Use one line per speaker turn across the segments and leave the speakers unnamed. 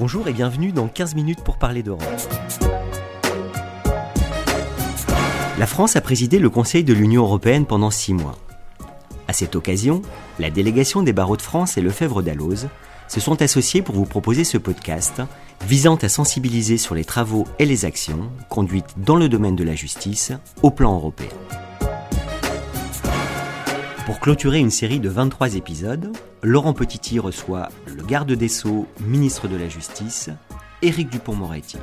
Bonjour et bienvenue dans 15 minutes pour parler d'Europe. La France a présidé le Conseil de l'Union européenne pendant 6 mois. À cette occasion, la délégation des barreaux de France et Lefebvre d'Alloz se sont associés pour vous proposer ce podcast visant à sensibiliser sur les travaux et les actions conduites dans le domaine de la justice au plan européen. Pour clôturer une série de 23 épisodes, Laurent Petiti reçoit le garde des Sceaux, ministre de la Justice, Éric Dupond-Moretti.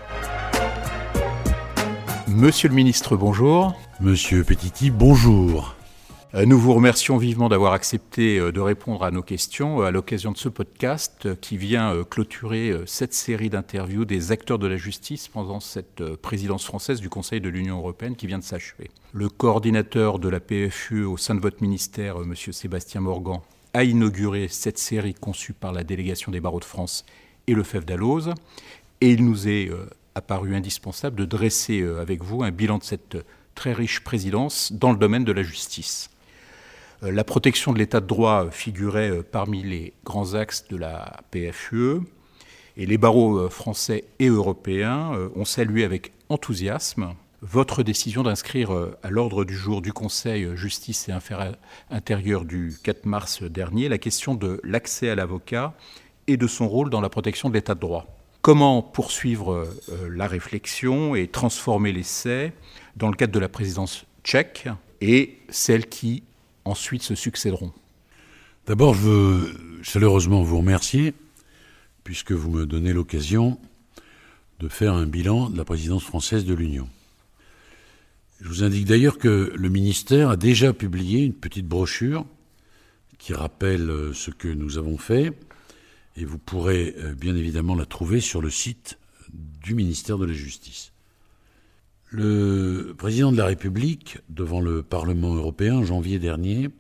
Monsieur le ministre, bonjour.
Monsieur Petiti, bonjour.
Nous vous remercions vivement d'avoir accepté de répondre à nos questions à l'occasion de ce podcast qui vient clôturer cette série d'interviews des acteurs de la justice pendant cette présidence française du Conseil de l'Union européenne qui vient de s'achever. Le coordinateur de la PFUE au sein de votre ministère, monsieur Sébastien Morgan, a inauguré cette série conçue par la délégation des barreaux de France et Lefebvre d'Alloz, et il nous est apparu indispensable de dresser avec vous un bilan de cette très riche présidence dans le domaine de la justice. La protection de l'état de droit figurait parmi les grands axes de la PFUE et les barreaux français et européens ont salué avec enthousiasme votre décision d'inscrire à l'ordre du jour du Conseil Justice et Affaires intérieures du 4 mars dernier la question de l'accès à l'avocat et de son rôle dans la protection de l'état de droit. Comment poursuivre la réflexion et transformer l'essai dans le cadre de la présidence tchèque et celle qui ensuite se succéderont?
D'abord, je veux chaleureusement vous remercier, puisque vous me donnez l'occasion de faire un bilan de la présidence française de l'Union. Je vous indique d'ailleurs que le ministère a déjà publié une petite brochure qui rappelle ce que nous avons fait, et vous pourrez bien évidemment la trouver sur le site du ministère de la Justice. Le président de la République, devant le Parlement européen en janvier dernier,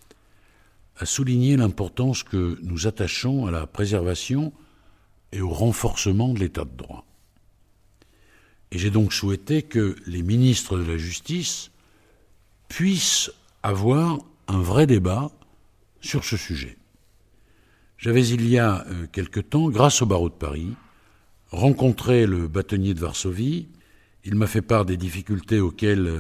a souligné l'importance que nous attachons à la préservation et au renforcement de l'état de droit. Et j'ai donc souhaité que les ministres de la Justice puissent avoir un vrai débat sur ce sujet. J'avais, il y a quelque temps, grâce au barreau de Paris, rencontré le bâtonnier de Varsovie. Il m'a fait part des difficultés auxquelles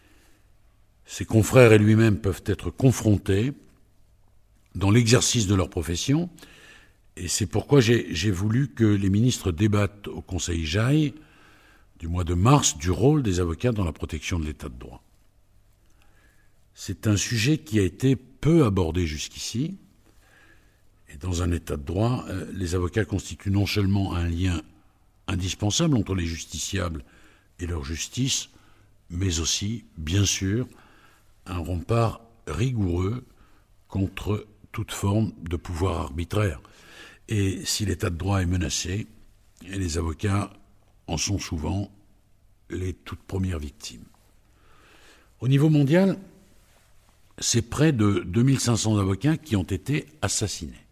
ses confrères et lui-même peuvent être confrontés dans l'exercice de leur profession. Et c'est pourquoi j'ai voulu que les ministres débattent au Conseil JAI du mois de mars du rôle des avocats dans la protection de l'état de droit. C'est un sujet qui a été peu abordé jusqu'ici. Et dans un état de droit, les avocats constituent non seulement un lien indispensable entre les justiciables et leur justice, mais aussi, bien sûr, un rempart rigoureux contre toute forme de pouvoir arbitraire. Et si l'état de droit est menacé, les avocats en sont souvent les toutes premières victimes. Au niveau mondial, c'est près de 2500 avocats qui ont été assassinés,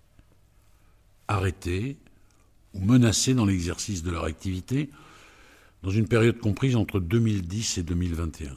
arrêtés ou menacés dans l'exercice de leur activité dans une période comprise entre 2010 et 2021.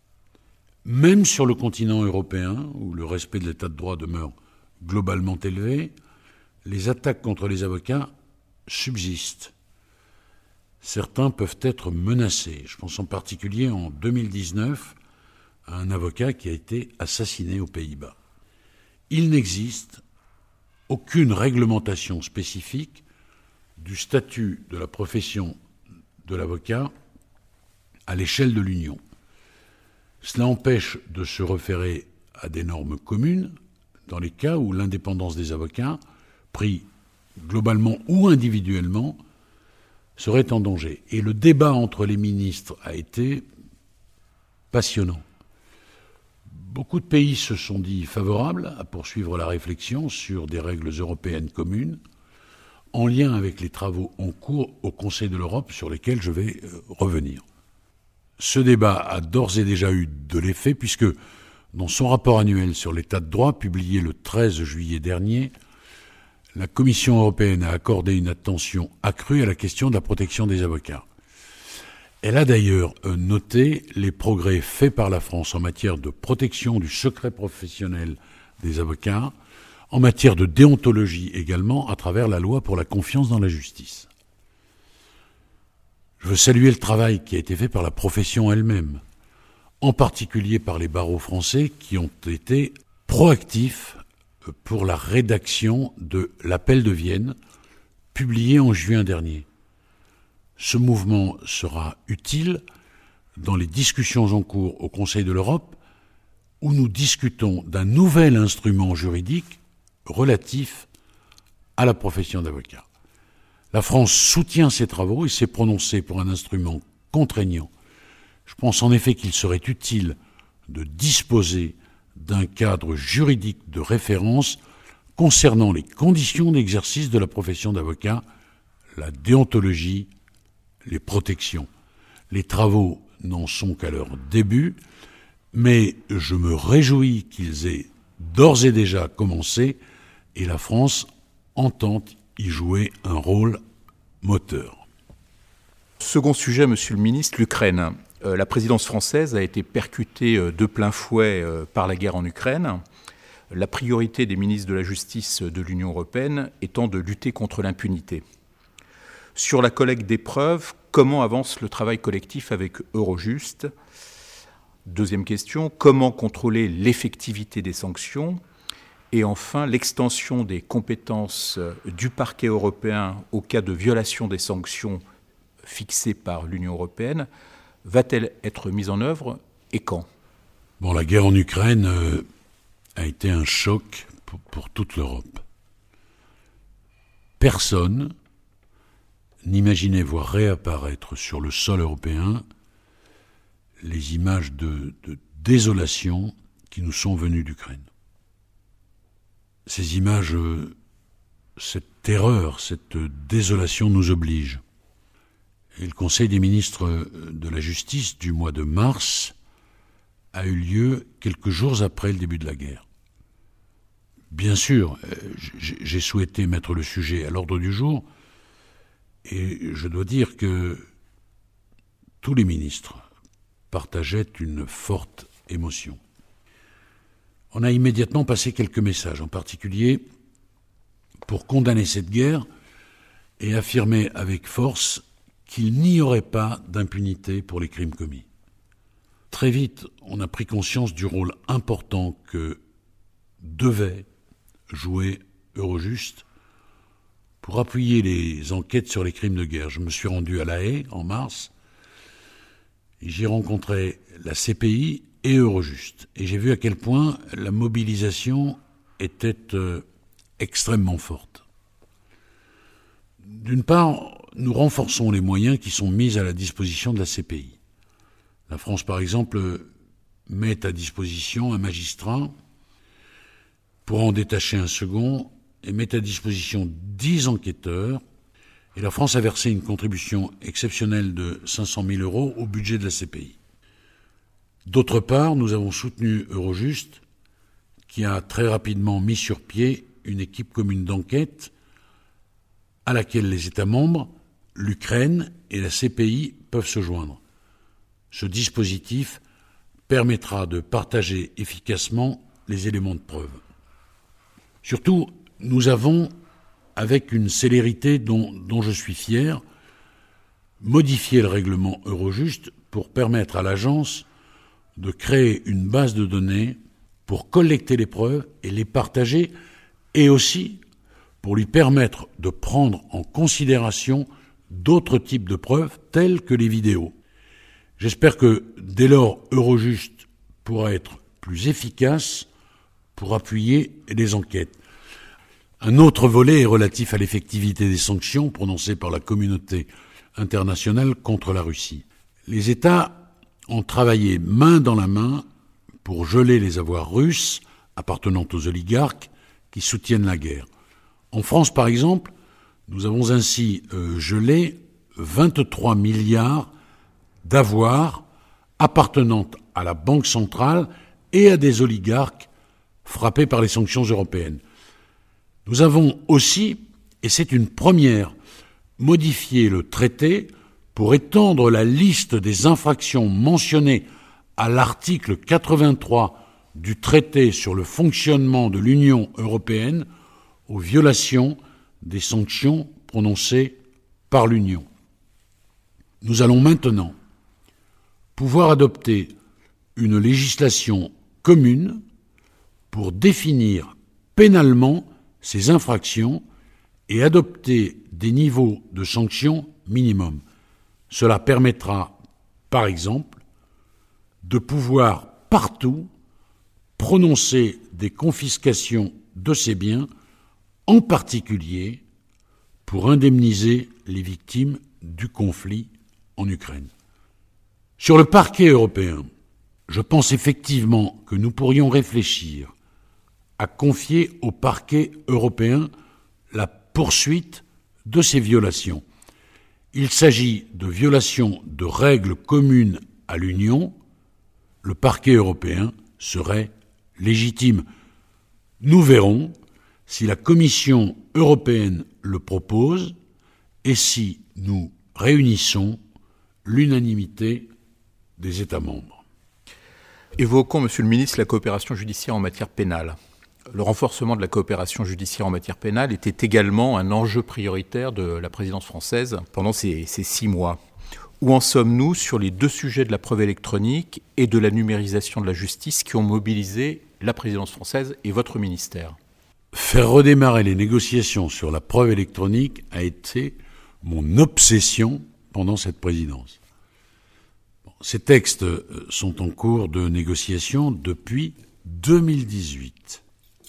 Même sur le continent européen, où le respect de l'état de droit demeure globalement élevé, les attaques contre les avocats subsistent. Certains peuvent être menacés. Je pense en particulier en 2019 à un avocat qui a été assassiné aux Pays-Bas. Il n'existe aucune réglementation spécifique du statut de la profession de l'avocat à l'échelle de l'Union. Cela empêche de se référer à des normes communes dans les cas où l'indépendance des avocats, pris globalement ou individuellement, serait en danger. Et le débat entre les ministres a été passionnant. Beaucoup de pays se sont dit favorables à poursuivre la réflexion sur des règles européennes communes, en lien avec les travaux en cours au Conseil de l'Europe sur lesquels je vais revenir. Ce débat a d'ores et déjà eu de l'effet puisque, dans son rapport annuel sur l'état de droit publié le 13 juillet dernier, la Commission européenne a accordé une attention accrue à la question de la protection des avocats. Elle a d'ailleurs noté les progrès faits par la France en matière de protection du secret professionnel des avocats, en matière de déontologie également, à travers la loi pour la confiance dans la justice. Je veux saluer le travail qui a été fait par la profession elle-même, en particulier par les barreaux français qui ont été proactifs pour la rédaction de l'appel de Vienne, publié en juin dernier. Ce mouvement sera utile dans les discussions en cours au Conseil de l'Europe, où nous discutons d'un nouvel instrument juridique relatif à la profession d'avocat. La France soutient ces travaux et s'est prononcée pour un instrument contraignant. Je pense en effet qu'il serait utile de disposer d'un cadre juridique de référence concernant les conditions d'exercice de la profession d'avocat, la déontologie, les protections. Les travaux n'en sont qu'à leur début, mais je me réjouis qu'ils aient d'ores et déjà commencé et la France entend y jouer un rôle moteur.
Second sujet, Monsieur le Ministre, l'Ukraine. La présidence française a été percutée de plein fouet par la guerre en Ukraine. La priorité des ministres de la Justice de l'Union européenne étant de lutter contre l'impunité. Sur la collecte des preuves, comment avance le travail collectif avec Eurojust ? Deuxième question, comment contrôler l'effectivité des sanctions ? Et enfin, l'extension des compétences du parquet européen au cas de violation des sanctions fixées par l'Union européenne va-t-elle être mise en œuvre et quand ?
Bon, la guerre en Ukraine a été un choc pour toute l'Europe. Personne n'imaginait voir réapparaître sur le sol européen les images de désolation qui nous sont venues d'Ukraine. Ces images, cette terreur, cette désolation nous obligent. Et le Conseil des ministres de la Justice du mois de mars a eu lieu quelques jours après le début de la guerre. Bien sûr, j'ai souhaité mettre le sujet à l'ordre du jour et je dois dire que tous les ministres partageaient une forte émotion. On a immédiatement passé quelques messages, en particulier pour condamner cette guerre et affirmer avec force qu'il n'y aurait pas d'impunité pour les crimes commis. Très vite, on a pris conscience du rôle important que devait jouer Eurojust pour appuyer les enquêtes sur les crimes de guerre. Je me suis rendu à La Haye en mars et j'y rencontrai la CPI et Eurojust. Et j'ai vu à quel point la mobilisation était extrêmement forte. D'une part, nous renforçons les moyens qui sont mis à la disposition de la CPI. La France, par exemple, met à disposition un magistrat pour en détacher un second et met à disposition 10 enquêteurs. Et la France a versé une contribution exceptionnelle de 500 000 € au budget de la CPI. D'autre part, nous avons soutenu Eurojust, qui a très rapidement mis sur pied une équipe commune d'enquête à laquelle les États membres, l'Ukraine et la CPI peuvent se joindre. Ce dispositif permettra de partager efficacement les éléments de preuve. Surtout, nous avons, avec une célérité dont je suis fier, modifié le règlement Eurojust pour permettre à l'agence de créer une base de données pour collecter les preuves et les partager, et aussi pour lui permettre de prendre en considération d'autres types de preuves, telles que les vidéos. J'espère que, dès lors, Eurojust pourra être plus efficace pour appuyer les enquêtes. Un autre volet est relatif à l'effectivité des sanctions prononcées par la communauté internationale contre la Russie. Les États ont travaillé main dans la main pour geler les avoirs russes appartenant aux oligarques qui soutiennent la guerre. En France, par exemple, nous avons ainsi gelé 23 milliards d'avoirs appartenant à la Banque centrale et à des oligarques frappés par les sanctions européennes. Nous avons aussi, et c'est une première, modifié le traité pour étendre la liste des infractions mentionnées à l'article 83 du traité sur le fonctionnement de l'Union européenne aux violations des sanctions prononcées par l'Union. Nous allons maintenant pouvoir adopter une législation commune pour définir pénalement ces infractions et adopter des niveaux de sanctions minimum. Cela permettra, par exemple, de pouvoir partout prononcer des confiscations de ces biens, en particulier pour indemniser les victimes du conflit en Ukraine. Sur le parquet européen, je pense effectivement que nous pourrions réfléchir à confier au parquet européen la poursuite de ces violations. Il s'agit de violations de règles communes à l'Union. Le parquet européen serait légitime. Nous verrons si la Commission européenne le propose et si nous réunissons l'unanimité des États membres.
Évoquons, Monsieur le ministre, la coopération judiciaire en matière pénale. Le renforcement de la coopération judiciaire en matière pénale était également un enjeu prioritaire de la présidence française pendant ces 6 mois. Où en sommes-nous sur les 2 sujets de la preuve électronique et de la numérisation de la justice qui ont mobilisé la présidence française et votre ministère ?
Faire redémarrer les négociations sur la preuve électronique a été mon obsession pendant cette présidence. Ces textes sont en cours de négociation depuis 2018.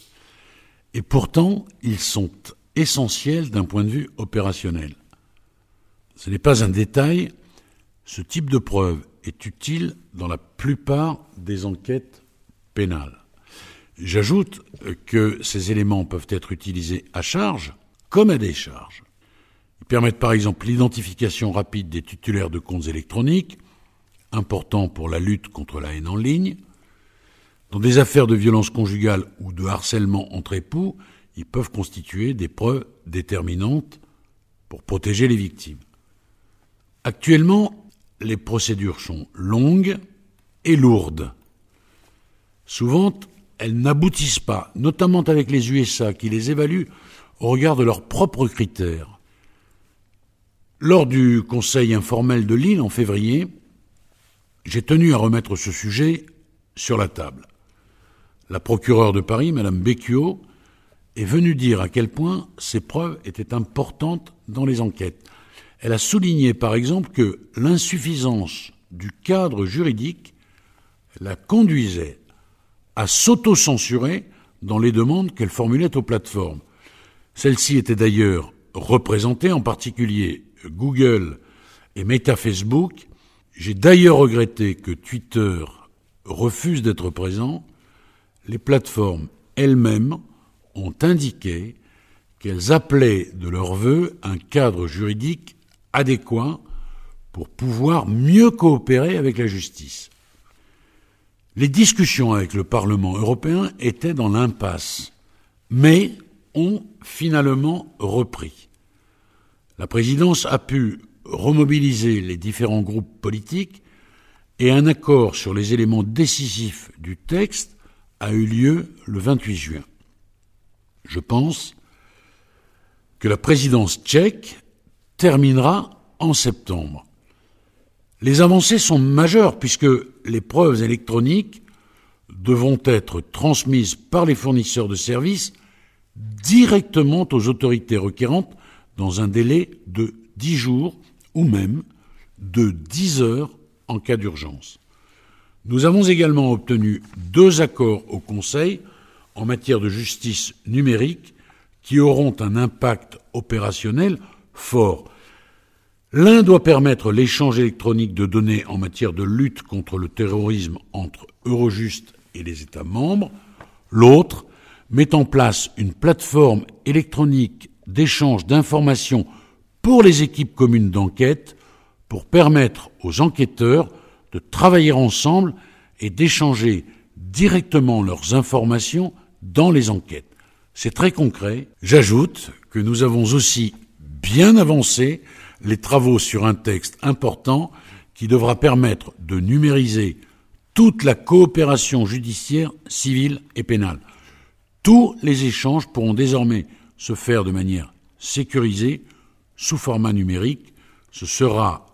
Et pourtant, ils sont essentiels d'un point de vue opérationnel. Ce n'est pas un détail, ce type de preuve est utile dans la plupart des enquêtes pénales. J'ajoute que ces éléments peuvent être utilisés à charge comme à décharge. Ils permettent par exemple l'identification rapide des titulaires de comptes électroniques, important pour la lutte contre la haine en ligne. Dans des affaires de violence conjugale ou de harcèlement entre époux, ils peuvent constituer des preuves déterminantes pour protéger les victimes. Actuellement, les procédures sont longues et lourdes. Souvent, elles n'aboutissent pas, notamment avec les USA qui les évaluent au regard de leurs propres critères. Lors du Conseil informel de Lille en février, j'ai tenu à remettre ce sujet sur la table. La procureure de Paris, Madame Becchio, est venue dire à quel point ces preuves étaient importantes dans les enquêtes. Elle a souligné par exemple que l'insuffisance du cadre juridique la conduisait à s'auto-censurer dans les demandes qu'elle formulait aux plateformes. Celles-ci étaient d'ailleurs représentées, en particulier Google et Meta Facebook. J'ai d'ailleurs regretté que Twitter refuse d'être présent. Les plateformes elles-mêmes ont indiqué qu'elles appelaient de leur vœu un cadre juridique adéquat pour pouvoir mieux coopérer avec la justice. Les discussions avec le Parlement européen étaient dans l'impasse, mais ont finalement repris. La présidence a pu remobiliser les différents groupes politiques et un accord sur les éléments décisifs du texte a eu lieu le 28 juin. Je pense que la présidence tchèque terminera en septembre. Les avancées sont majeures puisque les preuves électroniques devront être transmises par les fournisseurs de services directement aux autorités requérantes dans un délai de 10 jours ou même de 10 heures en cas d'urgence. Nous avons également obtenu 2 accords au Conseil en matière de justice numérique qui auront un impact opérationnel fort. L'un doit permettre l'échange électronique de données en matière de lutte contre le terrorisme entre Eurojust et les États membres. L'autre met en place une plateforme électronique d'échange d'informations pour les équipes communes d'enquête pour permettre aux enquêteurs de travailler ensemble et d'échanger directement leurs informations dans les enquêtes. C'est très concret. J'ajoute que nous avons aussi bien avancé les travaux sur un texte important qui devra permettre de numériser toute la coopération judiciaire, civile et pénale. Tous les échanges pourront désormais se faire de manière sécurisée, sous format numérique. Ce sera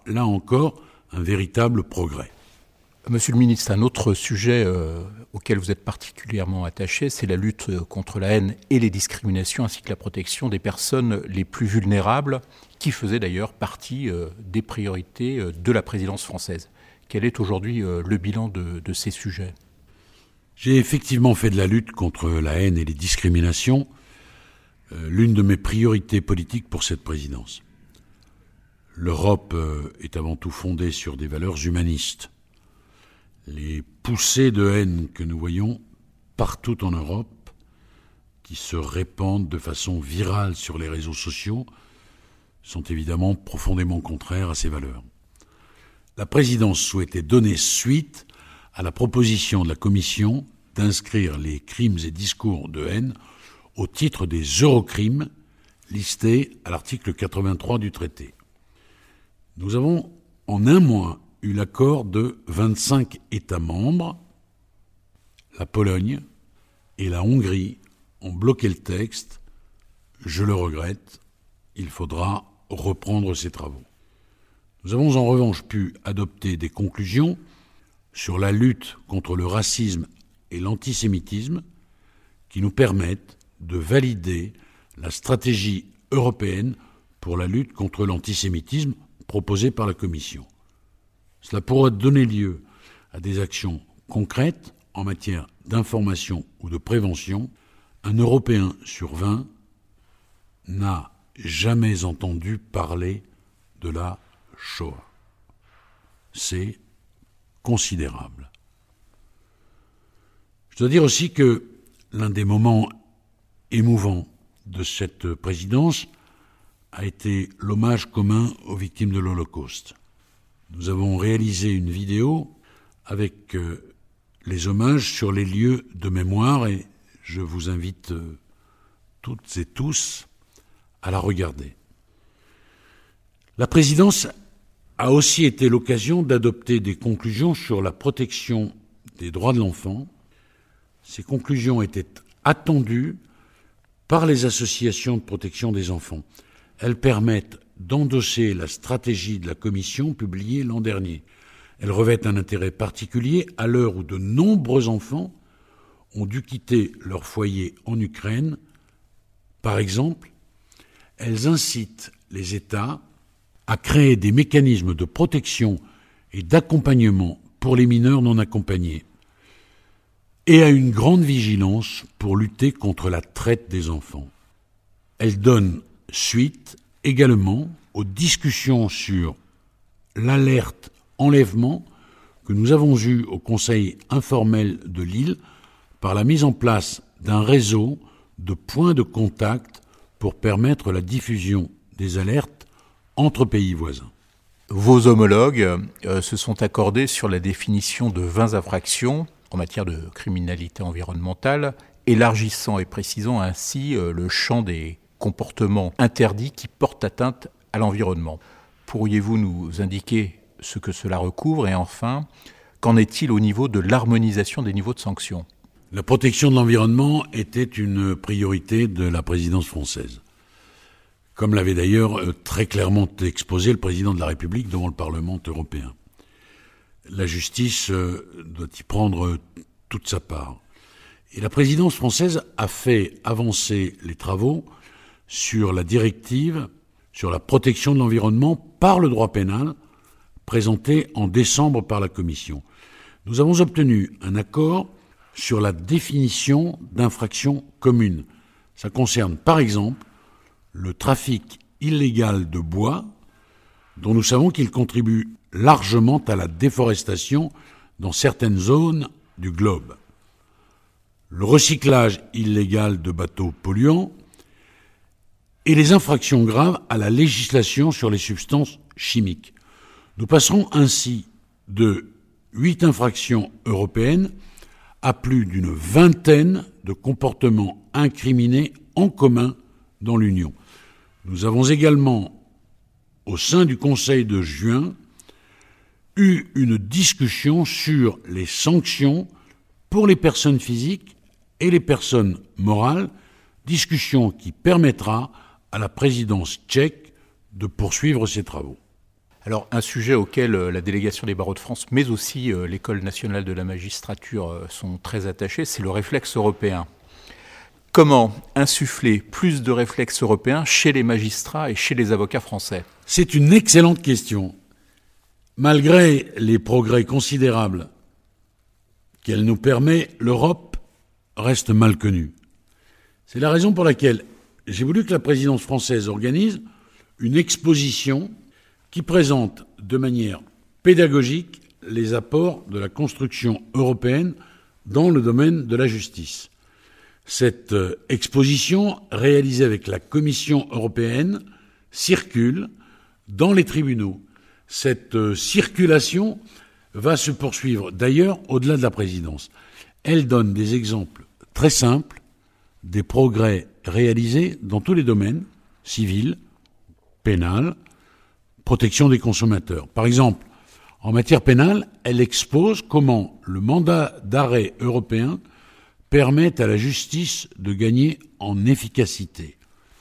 là encore, un véritable progrès.
Monsieur le ministre, un autre sujet auquel vous êtes particulièrement attaché, c'est la lutte contre la haine et les discriminations, ainsi que la protection des personnes les plus vulnérables, qui faisait d'ailleurs partie des priorités de la présidence française. Quel est aujourd'hui le bilan de ces sujets ?
J'ai effectivement fait de la lutte contre la haine et les discriminations l'une de mes priorités politiques pour cette présidence. L'Europe est avant tout fondée sur des valeurs humanistes. Les poussées de haine que nous voyons partout en Europe, qui se répandent de façon virale sur les réseaux sociaux, sont évidemment profondément contraires à ces valeurs. La présidence souhaitait donner suite à la proposition de la Commission d'inscrire les crimes et discours de haine au titre des Eurocrimes listés à l'article 83 du traité. Nous avons en un mois eu l'accord de 25 États membres. La Pologne et la Hongrie ont bloqué le texte. Je le regrette, il faudra reprendre ces travaux. Nous avons en revanche pu adopter des conclusions sur la lutte contre le racisme et l'antisémitisme qui nous permettent de valider la stratégie européenne pour la lutte contre l'antisémitisme proposée par la Commission. Cela pourra donner lieu à des actions concrètes en matière d'information ou de prévention. Un Européen sur 20 n'a jamais entendu parler de la Shoah. C'est considérable. Je dois dire aussi que l'un des moments émouvants de cette présidence a été l'hommage commun aux victimes de l'Holocauste. Nous avons réalisé une vidéo avec les hommages sur les lieux de mémoire et je vous invite toutes et tous à la regarder. La présidence a aussi été l'occasion d'adopter des conclusions sur la protection des droits de l'enfant. Ces conclusions étaient attendues par les associations de protection des enfants. Elles permettent d'endosser la stratégie de la Commission publiée l'an dernier. Elles revêtent un intérêt particulier à l'heure où de nombreux enfants ont dû quitter leur foyer en Ukraine. Par exemple, elles incitent les États à créer des mécanismes de protection et d'accompagnement pour les mineurs non accompagnés et à une grande vigilance pour lutter contre la traite des enfants. Elles donnent suite également aux discussions sur l'alerte enlèvement que nous avons eues au Conseil informel de Lille par la mise en place d'un réseau de points de contact pour permettre la diffusion des alertes entre pays voisins.
Vos homologues se sont accordés sur la définition de 20 infractions en matière de criminalité environnementale, élargissant et précisant ainsi le champ des comportements interdits qui portent atteinte à l'environnement. Pourriez-vous nous indiquer ce que cela recouvre et enfin, qu'en est-il au niveau de l'harmonisation des niveaux de sanctions ?
La protection de l'environnement était une priorité de la présidence française, comme l'avait d'ailleurs très clairement exposé le président de la République devant le Parlement européen. La justice doit y prendre toute sa part. Et la présidence française a fait avancer les travaux sur la directive sur la protection de l'environnement par le droit pénal, présentée en décembre par la Commission. Nous avons obtenu un accord sur la définition d'infractions communes. Ça concerne par exemple le trafic illégal de bois, dont nous savons qu'il contribue largement à la déforestation dans certaines zones du globe. Le recyclage illégal de bateaux polluants et les infractions graves à la législation sur les substances chimiques. Nous passerons ainsi de 8 infractions européennes à plus d'une vingtaine de comportements incriminés en commun dans l'Union. Nous avons également, au sein du Conseil de juin, eu une discussion sur les sanctions pour les personnes physiques et les personnes morales, discussion qui permettra à la présidence tchèque de poursuivre ses travaux.
Alors, un sujet auquel la délégation des barreaux de France, mais aussi l'École nationale de la magistrature sont très attachés, c'est le réflexe européen. Comment insuffler plus de réflexes européens chez les magistrats et chez les avocats français ?
C'est une excellente question. Malgré les progrès considérables qu'elle nous permet, l'Europe reste mal connue. C'est la raison pour laquelle j'ai voulu que la présidence française organise une exposition qui présente de manière pédagogique les apports de la construction européenne dans le domaine de la justice. Cette exposition, réalisée avec la Commission européenne, circule dans les tribunaux. Cette circulation va se poursuivre d'ailleurs au-delà de la présidence. Elle donne des exemples très simples des progrès réalisés dans tous les domaines, civil, pénal, protection des consommateurs. Par exemple, en matière pénale, elle expose comment le mandat d'arrêt européen permet à la justice de gagner en efficacité.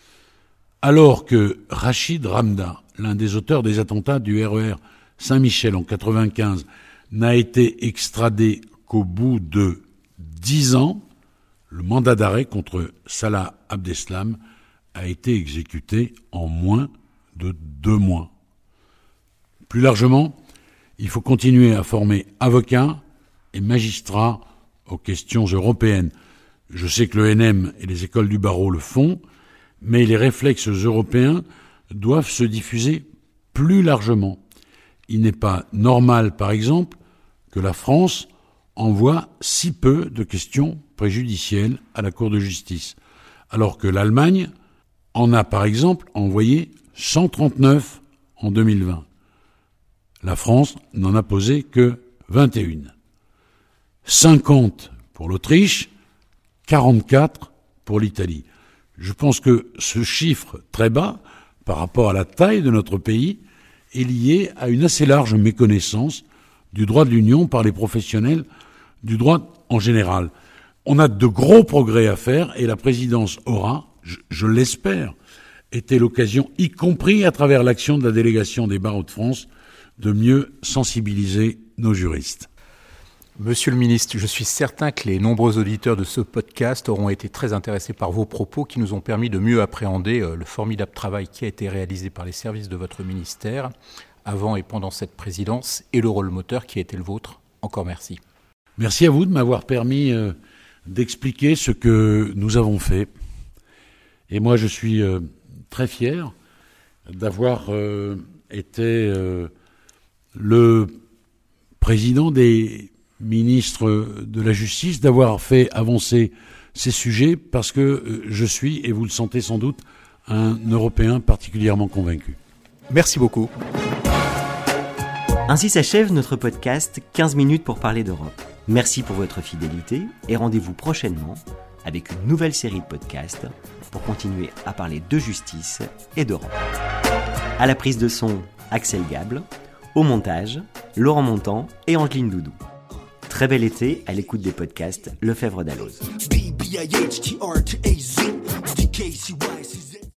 Alors que Rachid Ramda, l'un des auteurs des attentats du RER Saint-Michel en 1995, n'a été extradé qu'au bout de 10 ans, le mandat d'arrêt contre Salah Abdeslam a été exécuté en moins de 2 mois. Plus largement, il faut continuer à former avocats et magistrats aux questions européennes. Je sais que l'ENM et les écoles du barreau le font, mais les réflexes européens doivent se diffuser plus largement. Il n'est pas normal, par exemple, que la France envoie si peu de questions préjudicielles à la Cour de justice, alors que l'Allemagne en a, par exemple, envoyé 139 en 2020. La France n'en a posé que 21. 50 pour l'Autriche, 44 pour l'Italie. Je pense que ce chiffre très bas, par rapport à la taille de notre pays, est lié à une assez large méconnaissance du droit de l'Union par les professionnels du droit en général. On a de gros progrès à faire et la présidence aura, je l'espère, été l'occasion, y compris à travers l'action de la délégation des barreaux de France, de mieux sensibiliser nos juristes.
Monsieur le ministre, je suis certain que les nombreux auditeurs de ce podcast auront été très intéressés par vos propos qui nous ont permis de mieux appréhender le formidable travail qui a été réalisé par les services de votre ministère avant et pendant cette présidence et le rôle moteur qui a été le vôtre. Encore merci.
Merci à vous de m'avoir permis d'expliquer ce que nous avons fait. Et moi, je suis très fier d'avoir été le président des ministres de la Justice, d'avoir fait avancer ces sujets parce que je suis, et vous le sentez sans doute, un Européen particulièrement convaincu.
Merci beaucoup.
Ainsi s'achève notre podcast 15 minutes pour parler d'Europe. Merci pour votre fidélité et rendez-vous prochainement avec une nouvelle série de podcasts pour continuer à parler de justice et d'Europe. À la prise de son, Axel Gable. Au montage, Laurent Montant et Angeline Doudou. Très bel été à l'écoute des podcasts Lefebvre d'Alloz.